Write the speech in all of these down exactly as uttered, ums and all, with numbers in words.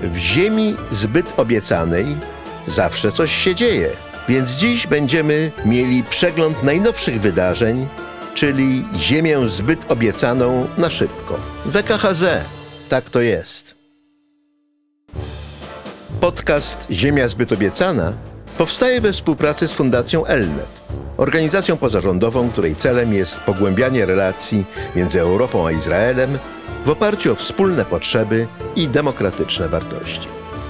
W ziemi zbyt obiecanej zawsze coś się dzieje, więc dziś będziemy mieli przegląd najnowszych wydarzeń, czyli ziemię zbyt obiecaną na szybko. W K H Z, tak to jest. Podcast Ziemia zbyt obiecana powstaje we współpracy z Fundacją Elnet, organizacją pozarządową, której celem jest pogłębianie relacji między Europą a Izraelem w oparciu o wspólne potrzeby i demokratyczne wartości.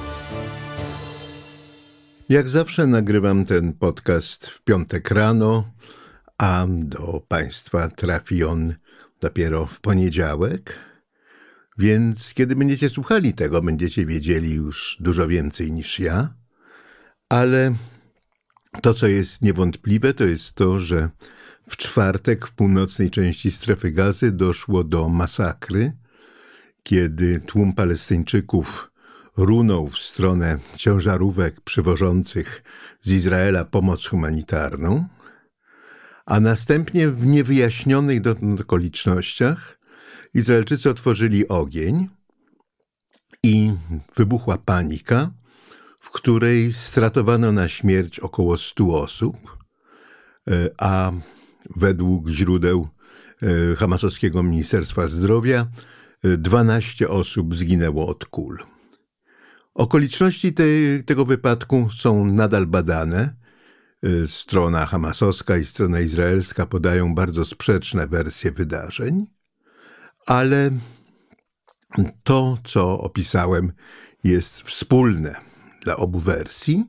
Jak zawsze nagrywam ten podcast w piątek rano, a do Państwa trafi on dopiero w poniedziałek. Więc kiedy będziecie słuchali tego, będziecie wiedzieli już dużo więcej niż ja. Ale to, co jest niewątpliwe, to jest to, że w czwartek w północnej części Strefy Gazy doszło do masakry, kiedy tłum Palestyńczyków runął w stronę ciężarówek przywożących z Izraela pomoc humanitarną, a następnie w niewyjaśnionych dotąd okolicznościach Izraelczycy otworzyli ogień i wybuchła panika, w której stratowano na śmierć około stu osób, a według źródeł hamasowskiego Ministerstwa Zdrowia dwanaście osób zginęło od kul. Okoliczności te, tego wypadku są nadal badane. Strona hamasowska i strona izraelska podają bardzo sprzeczne wersje wydarzeń, ale to, co opisałem, jest wspólne dla obu wersji.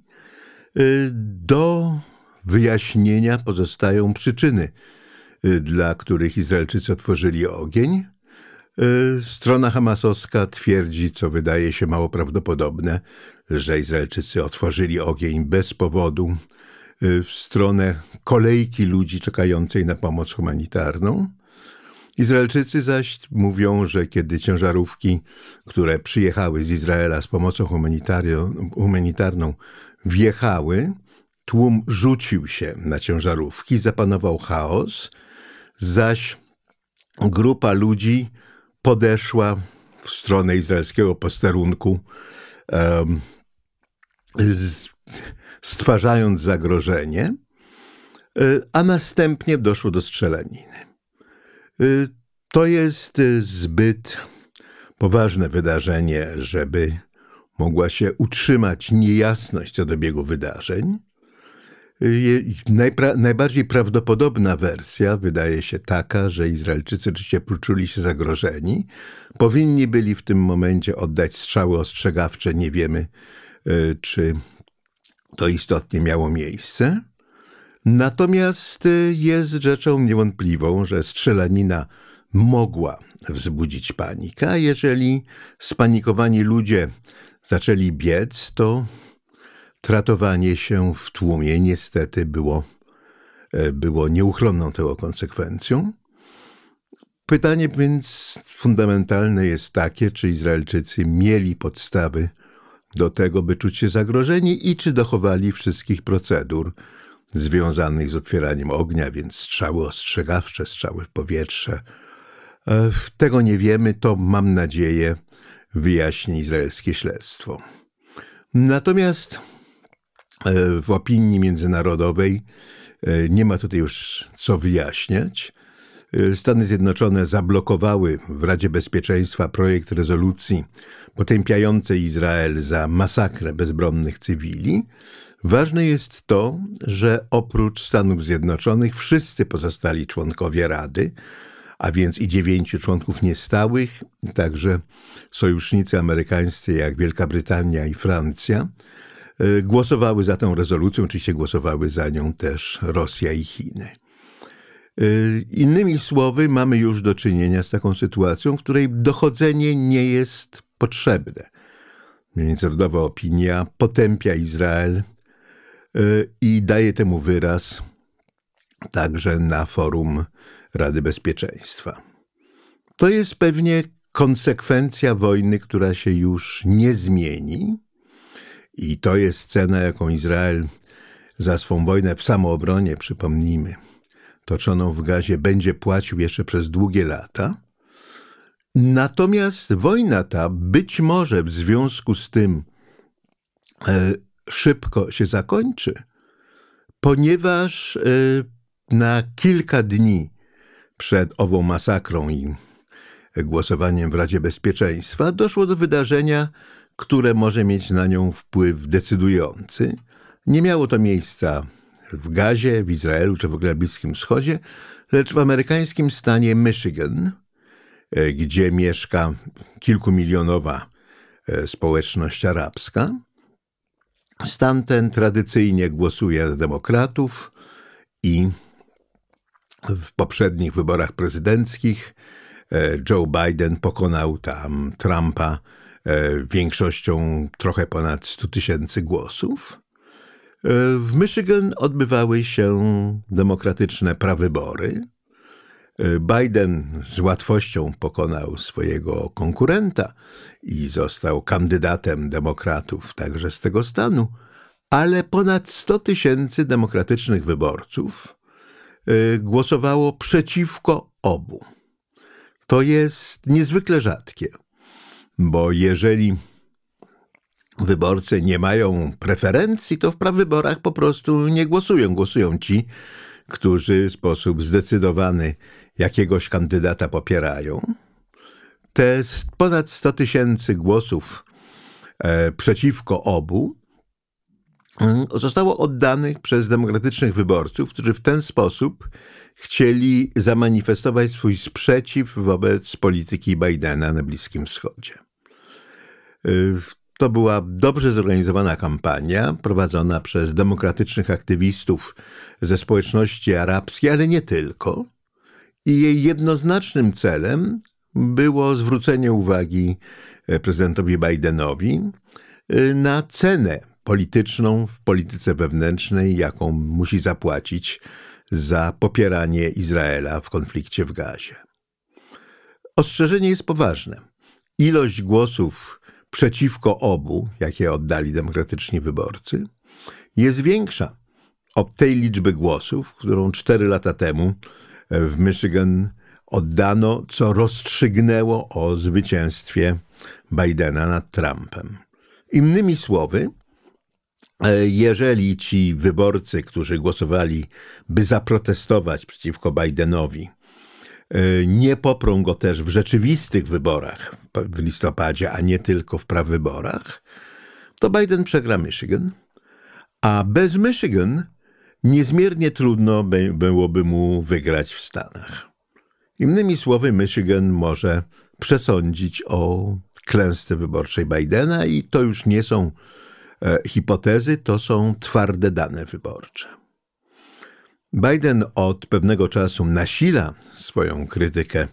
Do wyjaśnienia pozostają przyczyny, dla których Izraelczycy otworzyli ogień. Strona hamasowska twierdzi, co wydaje się mało prawdopodobne, że Izraelczycy otworzyli ogień bez powodu w stronę kolejki ludzi czekającej na pomoc humanitarną. Izraelczycy zaś mówią, że kiedy ciężarówki, które przyjechały z Izraela z pomocą humanitarną, wjechały, tłum rzucił się na ciężarówki, zapanował chaos, zaś grupa ludzi podeszła w stronę izraelskiego posterunku, um, stwarzając zagrożenie, a następnie doszło do strzelaniny. To jest zbyt poważne wydarzenie, żeby mogła się utrzymać niejasność co do biegu wydarzeń. Najpra- najbardziej prawdopodobna wersja wydaje się taka, że Izraelczycy oczywiście poczuli się zagrożeni. Powinni byli w tym momencie oddać strzały ostrzegawcze. Nie wiemy, czy to istotnie miało miejsce. Natomiast jest rzeczą niewątpliwą, że strzelanina mogła wzbudzić panikę, a jeżeli spanikowani ludzie zaczęli biec, to tratowanie się w tłumie niestety było, było nieuchronną tego konsekwencją. Pytanie więc fundamentalne jest takie, czy Izraelczycy mieli podstawy do tego, by czuć się zagrożeni i czy dochowali wszystkich procedur związanych z otwieraniem ognia, więc strzały ostrzegawcze, strzały w powietrze. Tego nie wiemy, to mam nadzieję wyjaśni izraelskie śledztwo. Natomiast w opinii międzynarodowej nie ma tutaj już co wyjaśniać. Stany Zjednoczone zablokowały w Radzie Bezpieczeństwa projekt rezolucji potępiającej Izrael za masakrę bezbronnych cywili. Ważne jest to, że oprócz Stanów Zjednoczonych wszyscy pozostali członkowie Rady, a więc i dziewięciu członków niestałych, także sojusznicy amerykańscy jak Wielka Brytania i Francja, głosowały za tą rezolucją. Oczywiście głosowały za nią też Rosja i Chiny. Innymi słowy, mamy już do czynienia z taką sytuacją, w której dochodzenie nie jest potrzebne. Międzynarodowa opinia potępia Izrael i daje temu wyraz także na forum Rady Bezpieczeństwa. To jest pewnie konsekwencja wojny, która się już nie zmieni i to jest cena, jaką Izrael za swą wojnę w samoobronie, przypomnijmy, toczoną w Gazie, będzie płacił jeszcze przez długie lata. Natomiast wojna ta być może w związku z tym e, szybko się zakończy, ponieważ e, na kilka dni przed ową masakrą i głosowaniem w Radzie Bezpieczeństwa doszło do wydarzenia, które może mieć na nią wpływ decydujący. Nie miało to miejsca w Gazie, w Izraelu czy w ogóle na Bliskim Wschodzie, lecz w amerykańskim stanie Michigan, gdzie mieszka kilkumilionowa społeczność arabska. Stan ten tradycyjnie głosuje na demokratów i w poprzednich wyborach prezydenckich Joe Biden pokonał tam Trumpa większością trochę ponad stu tysięcy głosów. W Michigan odbywały się demokratyczne prawybory. Biden z łatwością pokonał swojego konkurenta i został kandydatem demokratów także z tego stanu, ale ponad sto tysięcy demokratycznych wyborców głosowało przeciwko obu. To jest niezwykle rzadkie, bo jeżeli wyborcy nie mają preferencji, to w prawyborach po prostu nie głosują. Głosują ci, którzy w sposób zdecydowany jakiegoś kandydata popierają. Te ponad sto tysięcy głosów e, przeciwko obu e, zostało oddanych przez demokratycznych wyborców, którzy w ten sposób chcieli zamanifestować swój sprzeciw wobec polityki Bidena na Bliskim Wschodzie. E, To była dobrze zorganizowana kampania prowadzona przez demokratycznych aktywistów ze społeczności arabskiej, ale nie tylko. I jej jednoznacznym celem było zwrócenie uwagi prezydentowi Bidenowi na cenę polityczną w polityce wewnętrznej, jaką musi zapłacić za popieranie Izraela w konflikcie w Gazie. Ostrzeżenie jest poważne. Ilość głosów przeciwko obu, jakie oddali demokratyczni wyborcy, jest większa od tej liczby głosów, którą cztery lata temu w Michigan oddano, co rozstrzygnęło o zwycięstwie Bidena nad Trumpem. Innymi słowy, jeżeli ci wyborcy, którzy głosowali, by zaprotestować przeciwko Bidenowi, nie poprą go też w rzeczywistych wyborach w listopadzie, a nie tylko w prawyborach, to Biden przegra Michigan, a bez Michigan niezmiernie trudno by, byłoby mu wygrać w Stanach. Innymi słowy, Michigan może przesądzić o klęsce wyborczej Bidena i to już nie są e, hipotezy, to są twarde dane wyborcze. Biden od pewnego czasu nasila swoją krytykę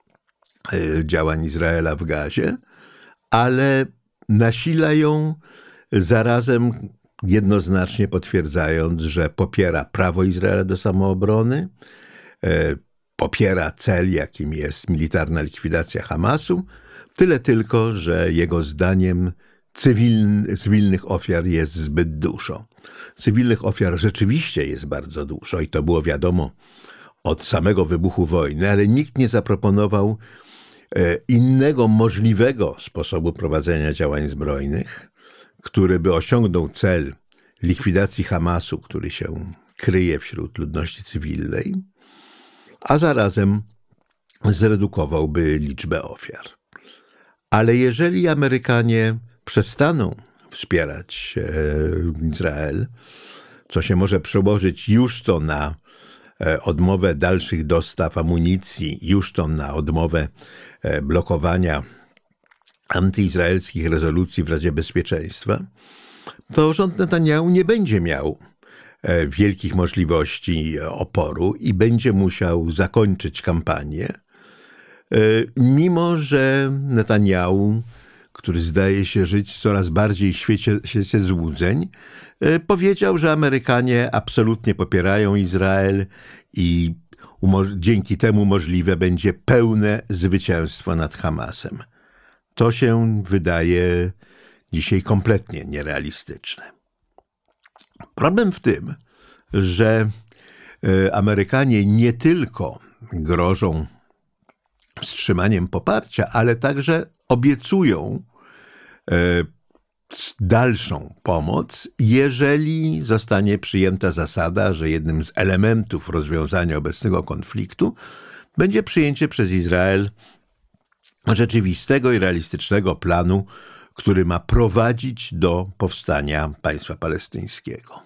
e, działań Izraela w Gazie, ale nasila ją zarazem jednoznacznie potwierdzając, że popiera prawo Izraela do samoobrony, e, popiera cel, jakim jest militarna likwidacja Hamasu, tyle tylko, że jego zdaniem cywilny, cywilnych ofiar jest zbyt dużo. Cywilnych ofiar rzeczywiście jest bardzo dużo i to było wiadomo od samego wybuchu wojny, ale nikt nie zaproponował e, innego możliwego sposobu prowadzenia działań zbrojnych, który by osiągnął cel likwidacji Hamasu, który się kryje wśród ludności cywilnej, a zarazem zredukowałby liczbę ofiar. Ale jeżeli Amerykanie przestaną wspierać e, Izrael, co się może przełożyć już to na e, odmowę dalszych dostaw amunicji, już to na odmowę e, blokowania antyizraelskich rezolucji w Radzie Bezpieczeństwa, to rząd Netanjahu nie będzie miał e, wielkich możliwości oporu i będzie musiał zakończyć kampanię, e, mimo że Netanjahu, który zdaje się żyć w coraz bardziej w świecie, świecie złudzeń, e, powiedział, że Amerykanie absolutnie popierają Izrael i umo- dzięki temu możliwe będzie pełne zwycięstwo nad Hamasem. To się wydaje dzisiaj kompletnie nierealistyczne. Problem w tym, że Amerykanie nie tylko grożą wstrzymaniem poparcia, ale także obiecują dalszą pomoc, jeżeli zostanie przyjęta zasada, że jednym z elementów rozwiązania obecnego konfliktu będzie przyjęcie przez Izrael rzeczywistego i realistycznego planu, który ma prowadzić do powstania państwa palestyńskiego.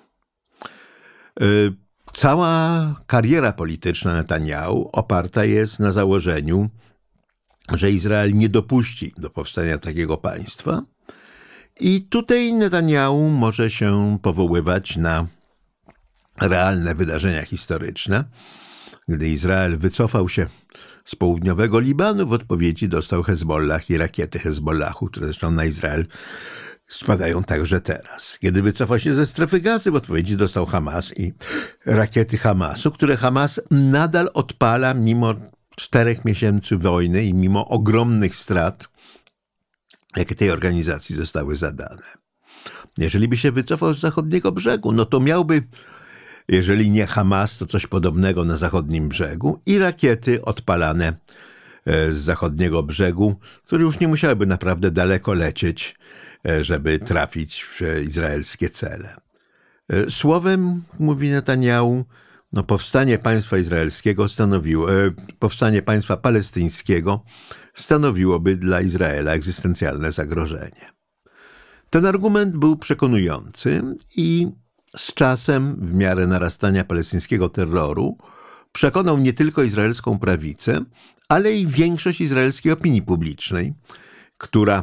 Cała kariera polityczna Netanjahu oparta jest na założeniu, że Izrael nie dopuści do powstania takiego państwa. I tutaj Netanjahu może się powoływać na realne wydarzenia historyczne. Gdy Izrael wycofał się z południowego Libanu, w odpowiedzi dostał Hezbollah i rakiety Hezbollahu, które zresztą na Izrael spadają także teraz. Kiedy wycofał się ze strefy Gazy, w odpowiedzi dostał Hamas i rakiety Hamasu, które Hamas nadal odpala mimo czterech miesięcy wojny i mimo ogromnych strat, jakie tej organizacji zostały zadane. Jeżeli by się wycofał z zachodniego brzegu, no to miałby, jeżeli nie Hamas, to coś podobnego na zachodnim brzegu i rakiety odpalane z zachodniego brzegu, które już nie musiałyby naprawdę daleko lecieć, żeby trafić w izraelskie cele. Słowem, mówi Netanjahu, no powstanie państwa izraelskiego stanowiło, powstanie państwa palestyńskiego stanowiłoby dla Izraela egzystencjalne zagrożenie. Ten argument był przekonujący i z czasem, w miarę narastania palestyńskiego terroru, przekonał nie tylko izraelską prawicę, ale i większość izraelskiej opinii publicznej, która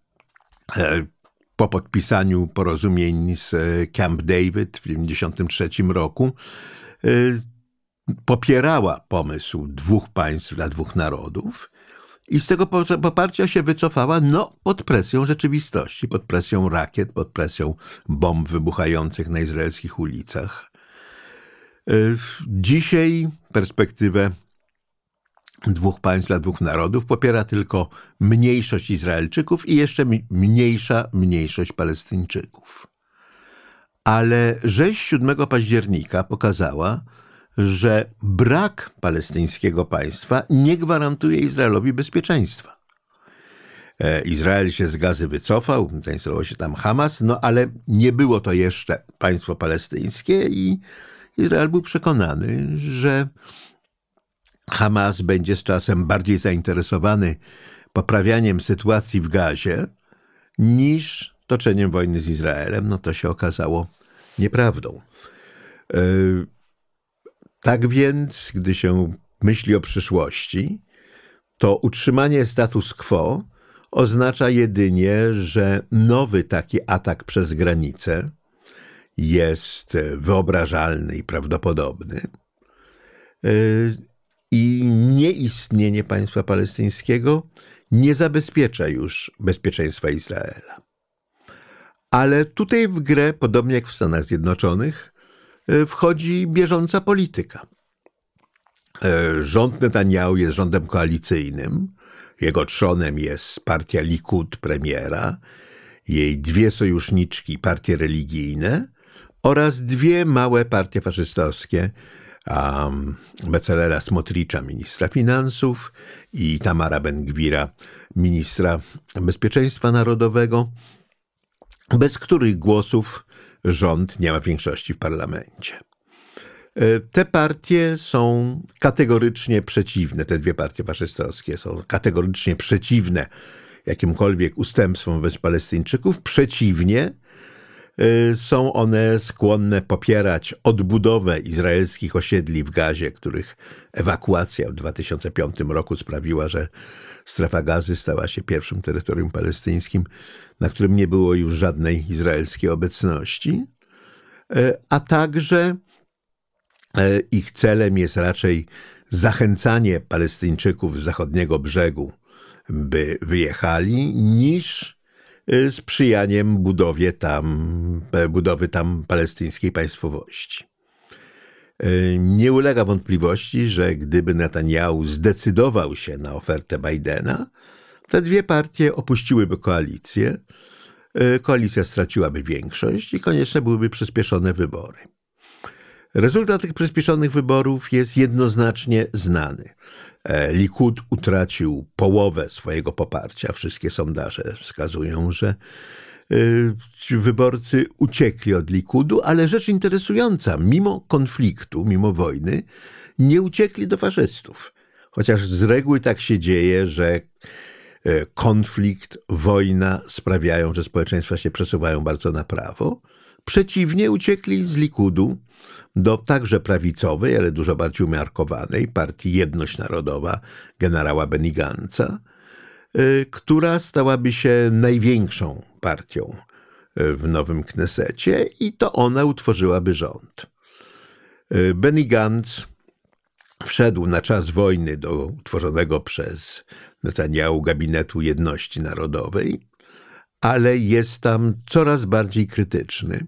po podpisaniu porozumień z Camp David w tysiąc dziewięćset dziewięćdziesiątym trzecim roku popierała pomysł dwóch państw dla dwóch narodów i z tego poparcia się wycofała no, pod presją rzeczywistości, pod presją rakiet, pod presją bomb wybuchających na izraelskich ulicach. Dzisiaj perspektywę dwóch państw dla dwóch narodów popiera tylko mniejszość Izraelczyków i jeszcze mniejsza mniejszość Palestyńczyków. Ale rzeź siódmego października pokazała, że brak palestyńskiego państwa nie gwarantuje Izraelowi bezpieczeństwa. Izrael się z Gazy wycofał, zainstalował się tam Hamas, no ale nie było to jeszcze państwo palestyńskie i Izrael był przekonany, że Hamas będzie z czasem bardziej zainteresowany poprawianiem sytuacji w Gazie niż toczeniem wojny z Izraelem. No to się okazało nieprawdą. Tak więc, gdy się myśli o przyszłości, to utrzymanie status quo oznacza jedynie, że nowy taki atak przez granicę jest wyobrażalny i prawdopodobny i nieistnienie państwa palestyńskiego nie zabezpiecza już bezpieczeństwa Izraela. Ale tutaj w grę, podobnie jak w Stanach Zjednoczonych, wchodzi bieżąca polityka. Rząd Netanjahu jest rządem koalicyjnym. Jego trzonem jest partia Likud premiera, jej dwie sojuszniczki, partie religijne oraz dwie małe partie faszystowskie, um, Becelera Smotricza, ministra finansów, i Tamara Ben-Gwira, ministra bezpieczeństwa narodowego, bez których głosów rząd nie ma większości w parlamencie. Te partie są kategorycznie przeciwne, te dwie partie faszystowskie są kategorycznie przeciwne jakimkolwiek ustępstwom wobec Palestyńczyków. Przeciwnie, są one skłonne popierać odbudowę izraelskich osiedli w Gazie, których ewakuacja w dwa tysiące piątym roku sprawiła, że strefa Gazy stała się pierwszym terytorium palestyńskim, na którym nie było już żadnej izraelskiej obecności, a także ich celem jest raczej zachęcanie Palestyńczyków z zachodniego brzegu, by wyjechali, niż sprzyjaniem budowie tam, budowy tam palestyńskiej państwowości. Nie ulega wątpliwości, że gdyby Netanjahu zdecydował się na ofertę Bidena, te dwie partie opuściłyby koalicję, koalicja straciłaby większość i konieczne byłyby przyspieszone wybory. Rezultat tych przyspieszonych wyborów jest jednoznacznie znany. Likud utracił połowę swojego poparcia. Wszystkie sondaże wskazują, że wyborcy uciekli od Likudu, ale rzecz interesująca, mimo konfliktu, mimo wojny, nie uciekli do faszystów. Chociaż z reguły tak się dzieje, że konflikt, wojna sprawiają, że społeczeństwa się przesuwają bardzo na prawo. Przeciwnie, uciekli z Likudu do także prawicowej, ale dużo bardziej umiarkowanej partii Jedność Narodowa generała Benny Gantza, która stałaby się największą partią w nowym Knesecie i to ona utworzyłaby rząd. Benny Gantz wszedł na czas wojny do utworzonego przez Netanjahu Gabinetu Jedności Narodowej, ale jest tam coraz bardziej krytyczny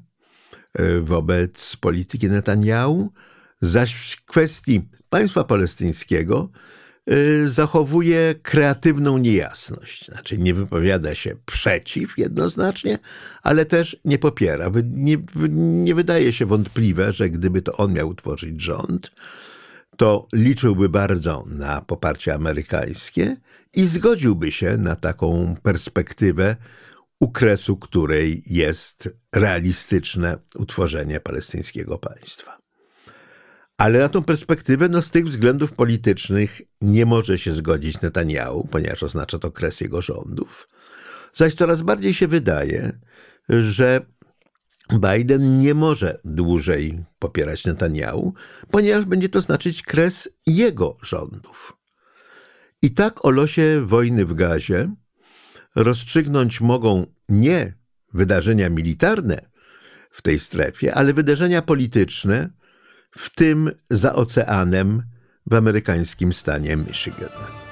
wobec polityki Netanjahu, zaś w kwestii państwa palestyńskiego zachowuje kreatywną niejasność. Znaczy nie wypowiada się przeciw jednoznacznie, ale też nie popiera. Nie, nie wydaje się wątpliwe, że gdyby to on miał utworzyć rząd, to liczyłby bardzo na poparcie amerykańskie i zgodziłby się na taką perspektywę, u kresu której jest realistyczne utworzenie palestyńskiego państwa. Ale na tą perspektywę no, z tych względów politycznych nie może się zgodzić Netanjahu, ponieważ oznacza to kres jego rządów. Zaś coraz bardziej się wydaje, że Biden nie może dłużej popierać Netanjahu, ponieważ będzie to znaczyć kres jego rządów. I tak o losie wojny w Gazie rozstrzygnąć mogą nie wydarzenia militarne w tej strefie, ale wydarzenia polityczne, w tym za oceanem w amerykańskim stanie Michigan.